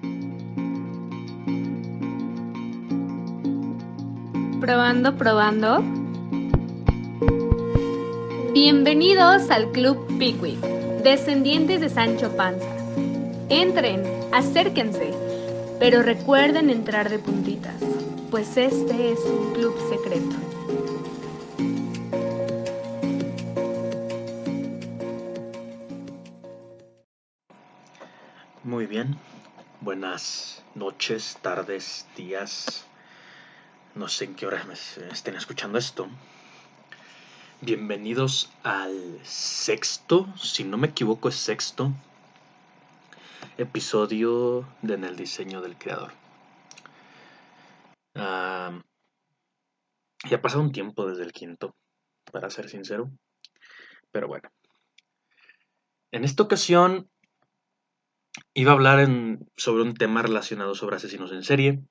Probando, probando. Bienvenidos al Club Pickwick, descendientes de Sancho Panza. Entren, acérquense, pero recuerden entrar de puntitas, pues este es un club secreto. Muy bien, buenas noches, tardes, días, no sé en qué hora me estén escuchando esto. Bienvenidos al sexto, si no me equivoco es sexto, episodio de En el diseño del creador. Ya ha pasado un tiempo desde el quinto, para ser sincero, pero bueno. En esta ocasión iba a hablar sobre un tema relacionado sobre asesinos en serie,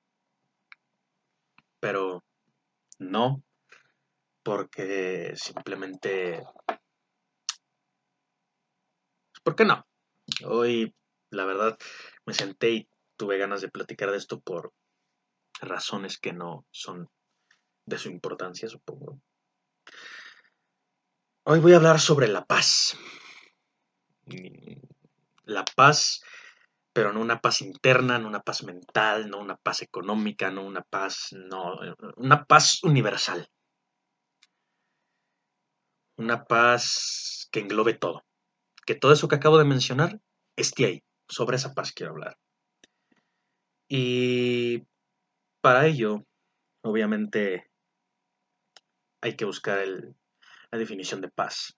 pero no, porque simplemente... ¿Por qué no? Hoy, la verdad, me senté y tuve ganas de platicar de esto por razones que no son de su importancia, supongo. Hoy voy a hablar sobre la paz. La paz, pero no una paz interna, no una paz mental, no una paz económica, no una paz, no, una paz universal. Una paz que englobe todo. Que todo eso que acabo de mencionar esté ahí. Sobre esa paz quiero hablar. Y para ello, obviamente, hay que buscar la definición de paz.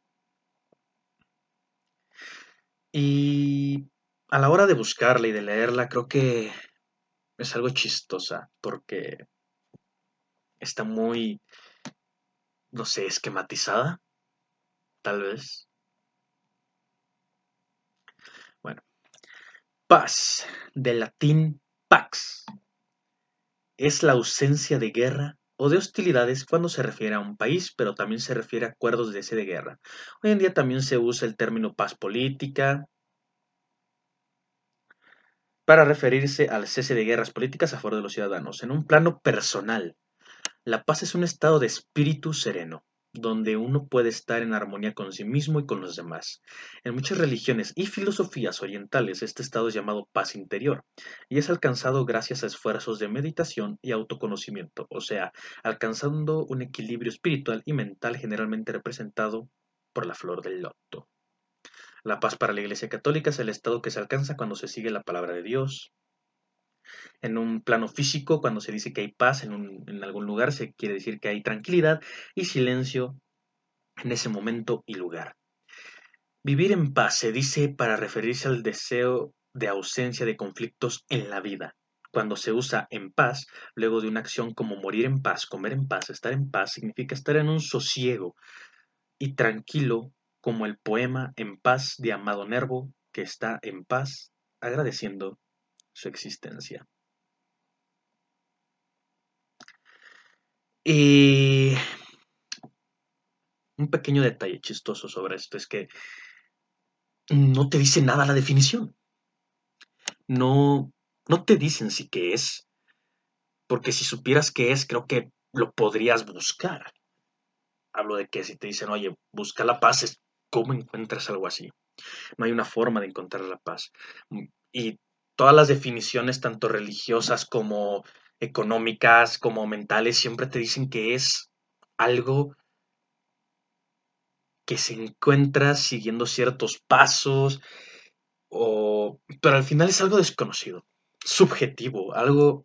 Y a la hora de buscarla y de leerla, creo que es algo chistosa, porque está muy, no sé, esquematizada, tal vez. Bueno, paz, del latín pax, es la ausencia de guerra o de hostilidades cuando se refiere a un país, pero también se refiere a acuerdos de cese de guerra. Hoy en día también se usa el término paz política para referirse al cese de guerras políticas a favor de los ciudadanos. En un plano personal, la paz es un estado de espíritu sereno, donde uno puede estar en armonía con sí mismo y con los demás. En muchas religiones y filosofías orientales, este estado es llamado paz interior, y es alcanzado gracias a esfuerzos de meditación y autoconocimiento, o sea, alcanzando un equilibrio espiritual y mental generalmente representado por la flor del loto. La paz para la Iglesia Católica es el estado que se alcanza cuando se sigue la palabra de Dios. En un plano físico, cuando se dice que hay paz en algún lugar, se quiere decir que hay tranquilidad y silencio en ese momento y lugar. Vivir en paz se dice para referirse al deseo de ausencia de conflictos en la vida. Cuando se usa en paz, luego de una acción como morir en paz, comer en paz, estar en paz, significa estar en un sosiego y tranquilo, como el poema En paz de Amado Nervo, que está en paz agradeciendo su existencia. Y un pequeño detalle chistoso sobre esto es que no te dice nada la definición. No, no te dicen sí qué es, porque si supieras qué es, creo que lo podrías buscar. Hablo de que si te dicen, oye, busca la paz, es cómo encuentras algo así. No hay una forma de encontrar la paz. Y todas las definiciones, tanto religiosas como económicas, como mentales, siempre te dicen que es algo que se encuentra siguiendo ciertos pasos, pero al final es algo desconocido, subjetivo,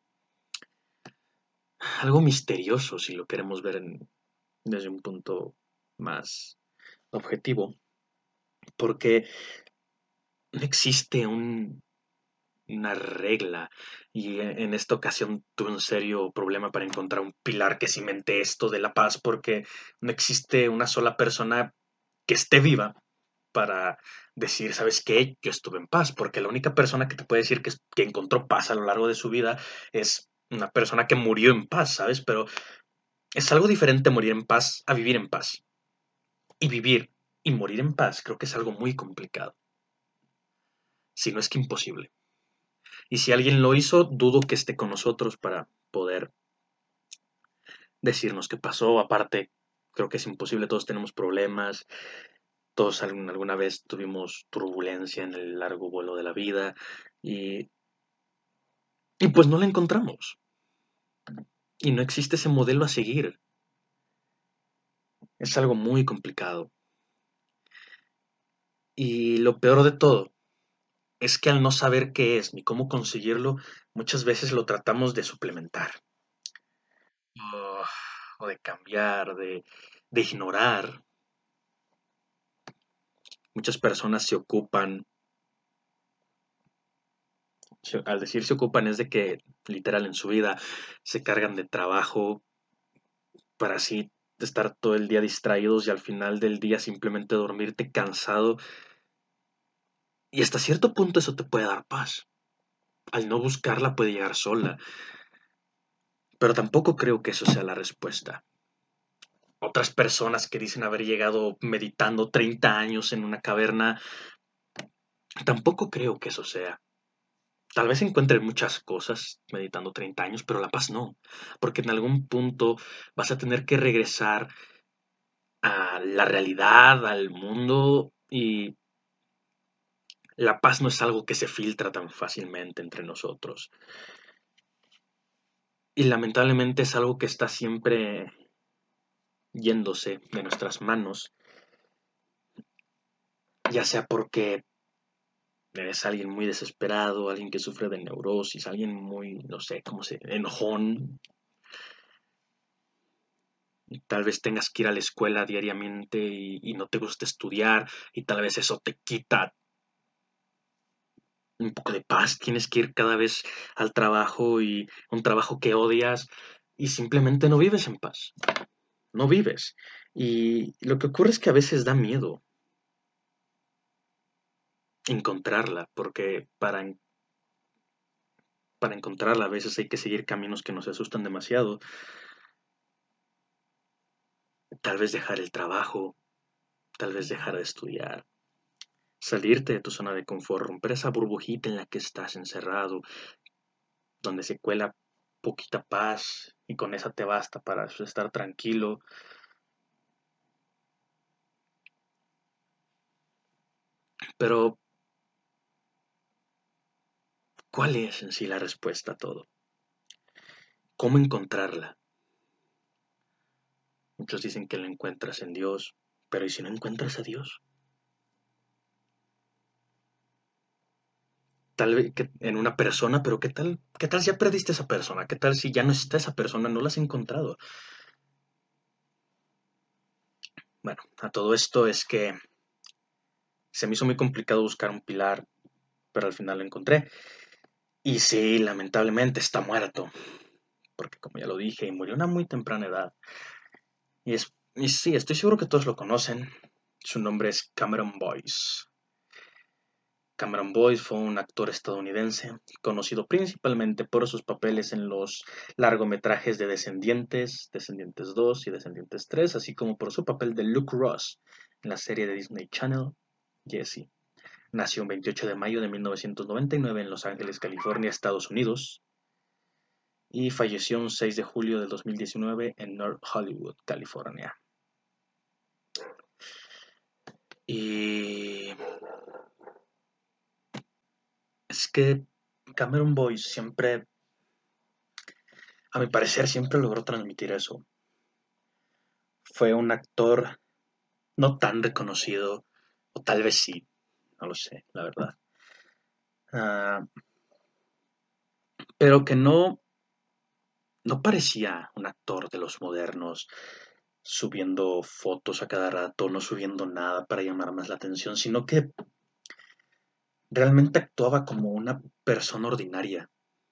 algo misterioso si lo queremos ver desde un punto más objetivo, porque no existe una regla y en esta ocasión tuve un serio problema para encontrar un pilar que cimente esto de la paz porque no existe una sola persona que esté viva para decir, ¿sabes qué? Yo estuve en paz, porque la única persona que te puede decir que encontró paz a lo largo de su vida es una persona que murió en paz, ¿sabes? Pero es algo diferente morir en paz a vivir en paz. Y vivir y morir en paz creo que es algo muy complicado, si no es que imposible. Y si alguien lo hizo, dudo que esté con nosotros para poder decirnos qué pasó. Aparte, creo que es imposible, todos tenemos problemas, todos alguna vez tuvimos turbulencia en el largo vuelo de la vida y, y pues no la encontramos. Y no existe ese modelo a seguir. Es algo muy complicado. Y lo peor de todo es que al no saber qué es ni cómo conseguirlo, muchas veces lo tratamos de suplementar o, o de cambiar, de ignorar. Muchas personas se ocupan, al decir se ocupan es de que literal en su vida se cargan de trabajo para así estar todo el día distraídos y al final del día simplemente dormirte cansado. Y hasta cierto punto eso te puede dar paz. Al no buscarla puede llegar sola, pero tampoco creo que eso sea la respuesta. Otras personas que dicen haber llegado meditando 30 años en una caverna, tampoco creo que eso sea. Tal vez encuentres muchas cosas meditando 30 años, pero la paz no, porque en algún punto vas a tener que regresar a la realidad, al mundo, y la paz no es algo que se filtra tan fácilmente entre nosotros. Y lamentablemente es algo que está siempre yéndose de nuestras manos, ya sea porque eres alguien muy desesperado, alguien que sufre de neurosis, alguien muy, no sé, cómo se, enojón. Tal vez tengas que ir a la escuela diariamente y no te gusta estudiar y tal vez eso te quita un poco de paz. Tienes que ir cada vez al trabajo y un trabajo que odias y simplemente no vives en paz. No vives. Y lo que ocurre es que a veces da miedo encontrarla, porque para encontrarla a veces hay que seguir caminos que nos asustan demasiado. Tal vez dejar el trabajo, tal vez dejar de estudiar, salirte de tu zona de confort, romper esa burbujita en la que estás encerrado, donde se cuela poquita paz y con esa te basta para estar tranquilo. Pero, ¿cuál es en sí la respuesta a todo? ¿Cómo encontrarla? Muchos dicen que la encuentras en Dios, pero ¿y si no encuentras a Dios? Tal vez que en una persona, pero qué tal si ya perdiste esa persona? ¿Qué tal si ya no está esa persona, no la has encontrado? Bueno, a todo esto es que se me hizo muy complicado buscar un pilar, pero al final lo encontré. Y sí, lamentablemente está muerto, porque como ya lo dije, murió a una muy temprana edad. Y sí, estoy seguro que todos lo conocen. Su nombre es Cameron Boyce. Cameron Boyce fue un actor estadounidense, conocido principalmente por sus papeles en los largometrajes de Descendientes, Descendientes 2 y Descendientes 3, así como por su papel de Luke Ross en la serie de Disney Channel, Jesse. Nació el 28 de mayo de 1999 en Los Ángeles, California, Estados Unidos, y falleció un 6 de julio de 2019 en North Hollywood, California. Y es que Cameron Boyce siempre, a mi parecer, siempre logró transmitir eso. Fue un actor no tan reconocido, o tal vez sí, no lo sé, la verdad. Ah, pero que no parecía un actor de los modernos, subiendo fotos a cada rato, no subiendo nada para llamar más la atención, sino que realmente actuaba como una persona ordinaria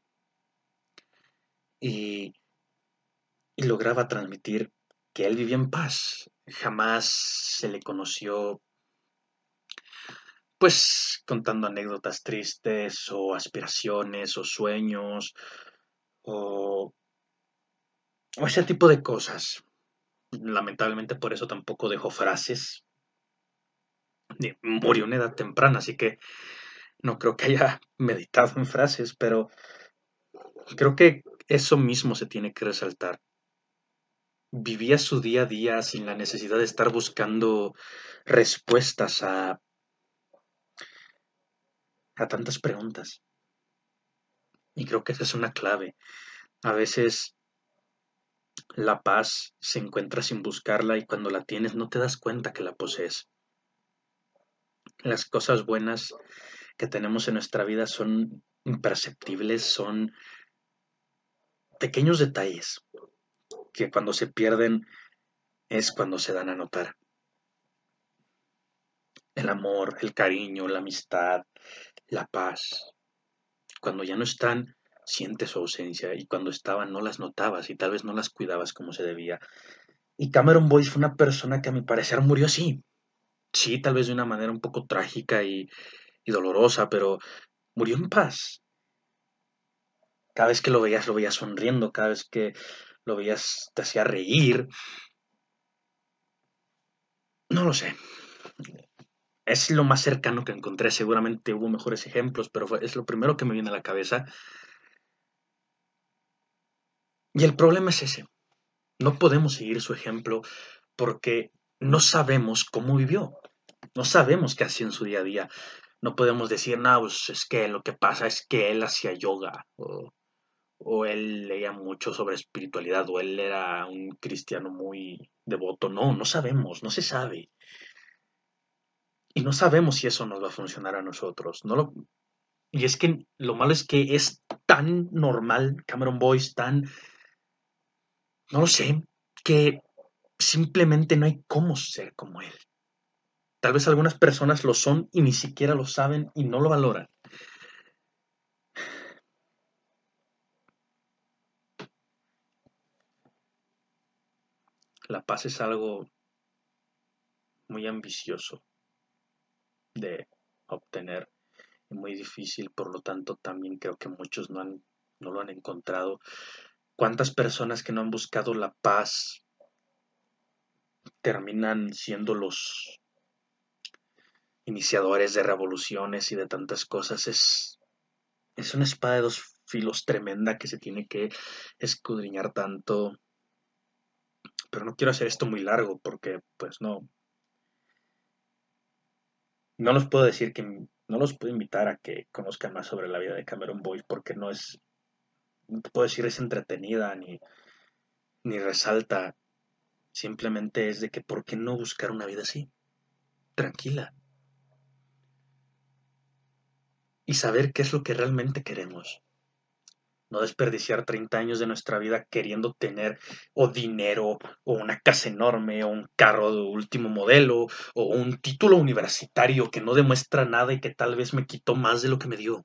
y, y lograba transmitir que él vivía en paz. Jamás se le conoció pues contando anécdotas tristes o aspiraciones o sueños o, o ese tipo de cosas. Lamentablemente por eso tampoco dejó frases. Murió a una edad temprana, así que No creo que haya meditado en frases, pero creo que eso mismo se tiene que resaltar. Vivía su día a día sin la necesidad de estar buscando respuestas a tantas preguntas. Y creo que esa es una clave. A veces la paz se encuentra sin buscarla y cuando la tienes no te das cuenta que la posees. Las cosas buenas que tenemos en nuestra vida son imperceptibles, son pequeños detalles que cuando se pierden es cuando se dan a notar. El amor, el cariño, la amistad, la paz. Cuando ya no están, sientes su ausencia y cuando estaban no las notabas y tal vez no las cuidabas como se debía. Y Cameron Boyce fue una persona que a mi parecer murió así. Sí, tal vez de una manera un poco trágica y dolorosa, pero murió en paz. Cada vez que lo veías sonriendo, cada vez que lo veías te hacía reír. No lo sé. Es lo más cercano que encontré. Seguramente hubo mejores ejemplos, pero es lo primero que me viene a la cabeza. Y el problema es ese. No podemos seguir su ejemplo porque no sabemos cómo vivió. No sabemos qué hacía en su día a día. No podemos decir, no, pues es que lo que pasa es que él hacía yoga o él leía mucho sobre espiritualidad o él era un cristiano muy devoto. No, no sabemos, no se sabe. Y no sabemos si eso nos va a funcionar a nosotros. Y es que lo malo es que es tan normal Cameron Boyce, no lo sé, que simplemente no hay cómo ser como él. Tal vez algunas personas lo son y ni siquiera lo saben y no lo valoran. La paz es algo muy ambicioso de obtener y muy difícil, por lo tanto también creo que muchos no lo han encontrado. ¿Cuántas personas que no han buscado la paz terminan siendo los iniciadores de revoluciones y de tantas cosas? Es una espada de dos filos tremenda que se tiene que escudriñar tanto, pero no quiero hacer esto muy largo porque pues no los puedo decir que no los puedo invitar a que conozcan más sobre la vida de Cameron Boyce porque no te puedo decir es entretenida ni resalta, simplemente es de que ¿por qué no buscar una vida así? Tranquila y saber qué es lo que realmente queremos. No desperdiciar 30 años de nuestra vida queriendo tener o dinero o una casa enorme o un carro de último modelo o un título universitario que no demuestra nada y que tal vez me quitó más de lo que me dio.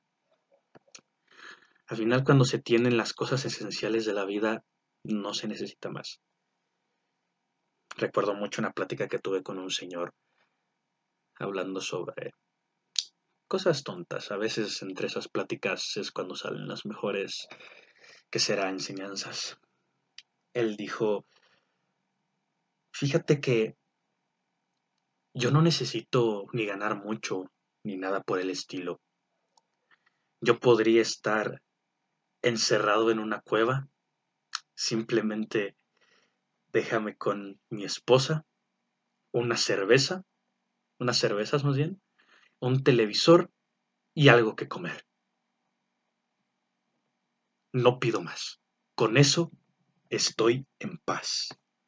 Al final, cuando se tienen las cosas esenciales de la vida, no se necesita más. Recuerdo mucho una plática que tuve con un señor hablando sobre cosas tontas. A veces entre esas pláticas es cuando salen las mejores, que será enseñanzas. Él dijo, fíjate que yo no necesito ni ganar mucho ni nada por el estilo. Yo podría estar encerrado en una cueva, simplemente déjame con mi esposa, una cerveza, unas cervezas más bien, un televisor y algo que comer. No pido más. Con eso estoy en paz.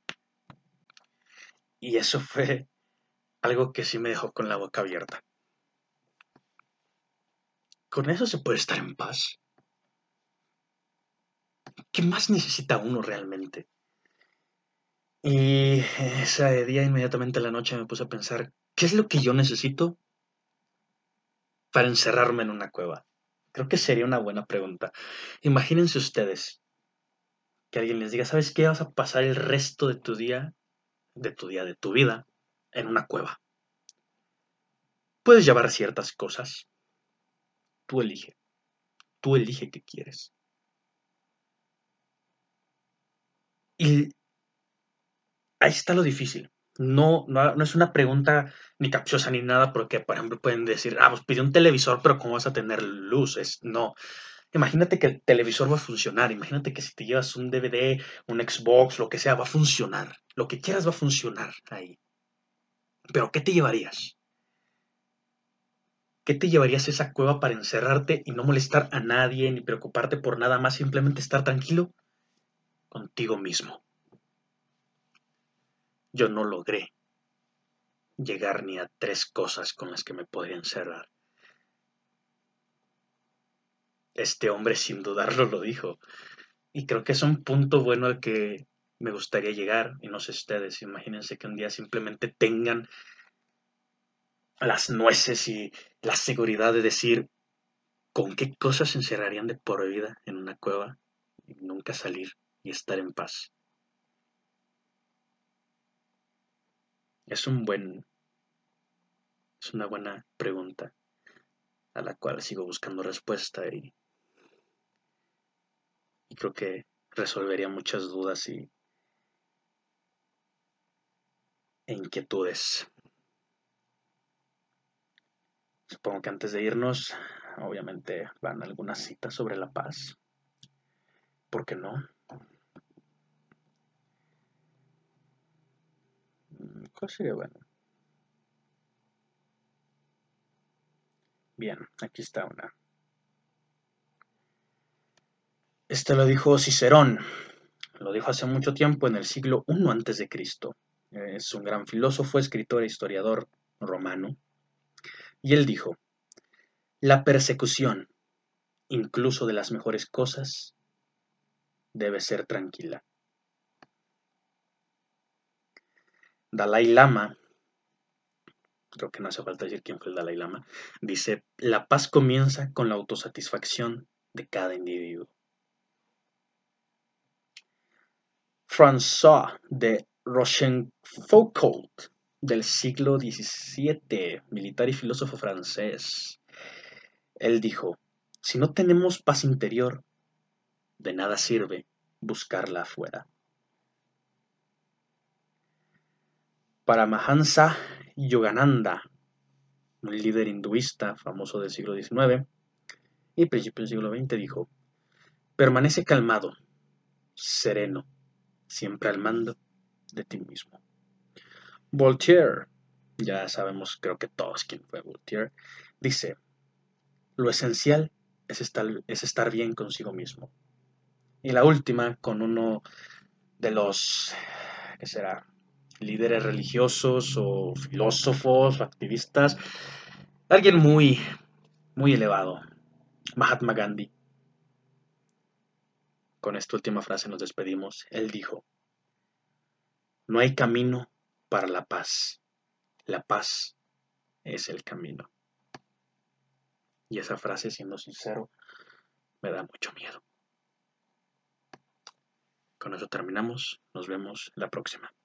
Y eso fue algo que sí me dejó con la boca abierta. Con eso se puede estar en paz. ¿Qué más necesita uno realmente? Y ese día, inmediatamente a la noche, me puse a pensar, ¿qué es lo que yo necesito para encerrarme en una cueva? Creo que sería una buena pregunta. Imagínense ustedes que alguien les diga, ¿sabes qué? Vas a pasar el resto de tu vida, en una cueva. Puedes llevar ciertas cosas. Tú elige. Tú elige qué quieres. Y ahí está lo difícil. No es una pregunta ni capciosa ni nada, porque, por ejemplo, pueden decir, pues pide un televisor, pero ¿cómo vas a tener luces? No. Imagínate que el televisor va a funcionar. Imagínate que si te llevas un DVD, un Xbox, lo que sea, va a funcionar. Lo que quieras va a funcionar ahí. Pero ¿qué te llevarías? ¿Qué te llevarías a esa cueva para encerrarte y no molestar a nadie ni preocuparte por nada más, simplemente estar tranquilo contigo mismo? Yo no logré llegar ni a 3 cosas con las que me podría encerrar. Este hombre sin dudarlo lo dijo. Y creo que es un punto bueno al que me gustaría llegar. Y no sé ustedes, imagínense que un día simplemente tengan las nueces y la seguridad de decir con qué cosas se encerrarían de por vida en una cueva y nunca salir y estar en paz. Es un buen, es una buena pregunta a la cual sigo buscando respuesta y creo que resolvería muchas dudas e inquietudes. Supongo que antes de irnos, obviamente van algunas citas sobre la paz. ¿Por qué no? ¿Cuál sería bueno? Bien, aquí está una. Este lo dijo Cicerón. Lo dijo hace mucho tiempo, en el siglo I antes de Cristo. Es un gran filósofo, escritor e historiador romano. Y él dijo, la persecución, incluso de las mejores cosas, debe ser tranquila. Dalai Lama, creo que no hace falta decir quién fue el Dalai Lama, dice, la paz comienza con la autosatisfacción de cada individuo. François de Rochefoucauld, del siglo XVII, militar y filósofo francés. Él dijo, si no tenemos paz interior, de nada sirve buscarla afuera. Paramahansa Yogananda, un líder hinduista famoso del siglo XIX y principio del siglo XX, dijo, permanece calmado, sereno, siempre al mando de ti mismo. Voltaire, ya sabemos creo que todos quién fue Voltaire, dice, lo esencial es estar bien consigo mismo. Y la última, con uno de los, ¿qué será? Líderes religiosos o filósofos o activistas, alguien muy elevado, Mahatma Gandhi. Con esta última frase nos despedimos. Él dijo, no hay camino para la paz es el camino. Y esa frase, siendo sincero, me da mucho miedo. Con eso terminamos, nos vemos la próxima.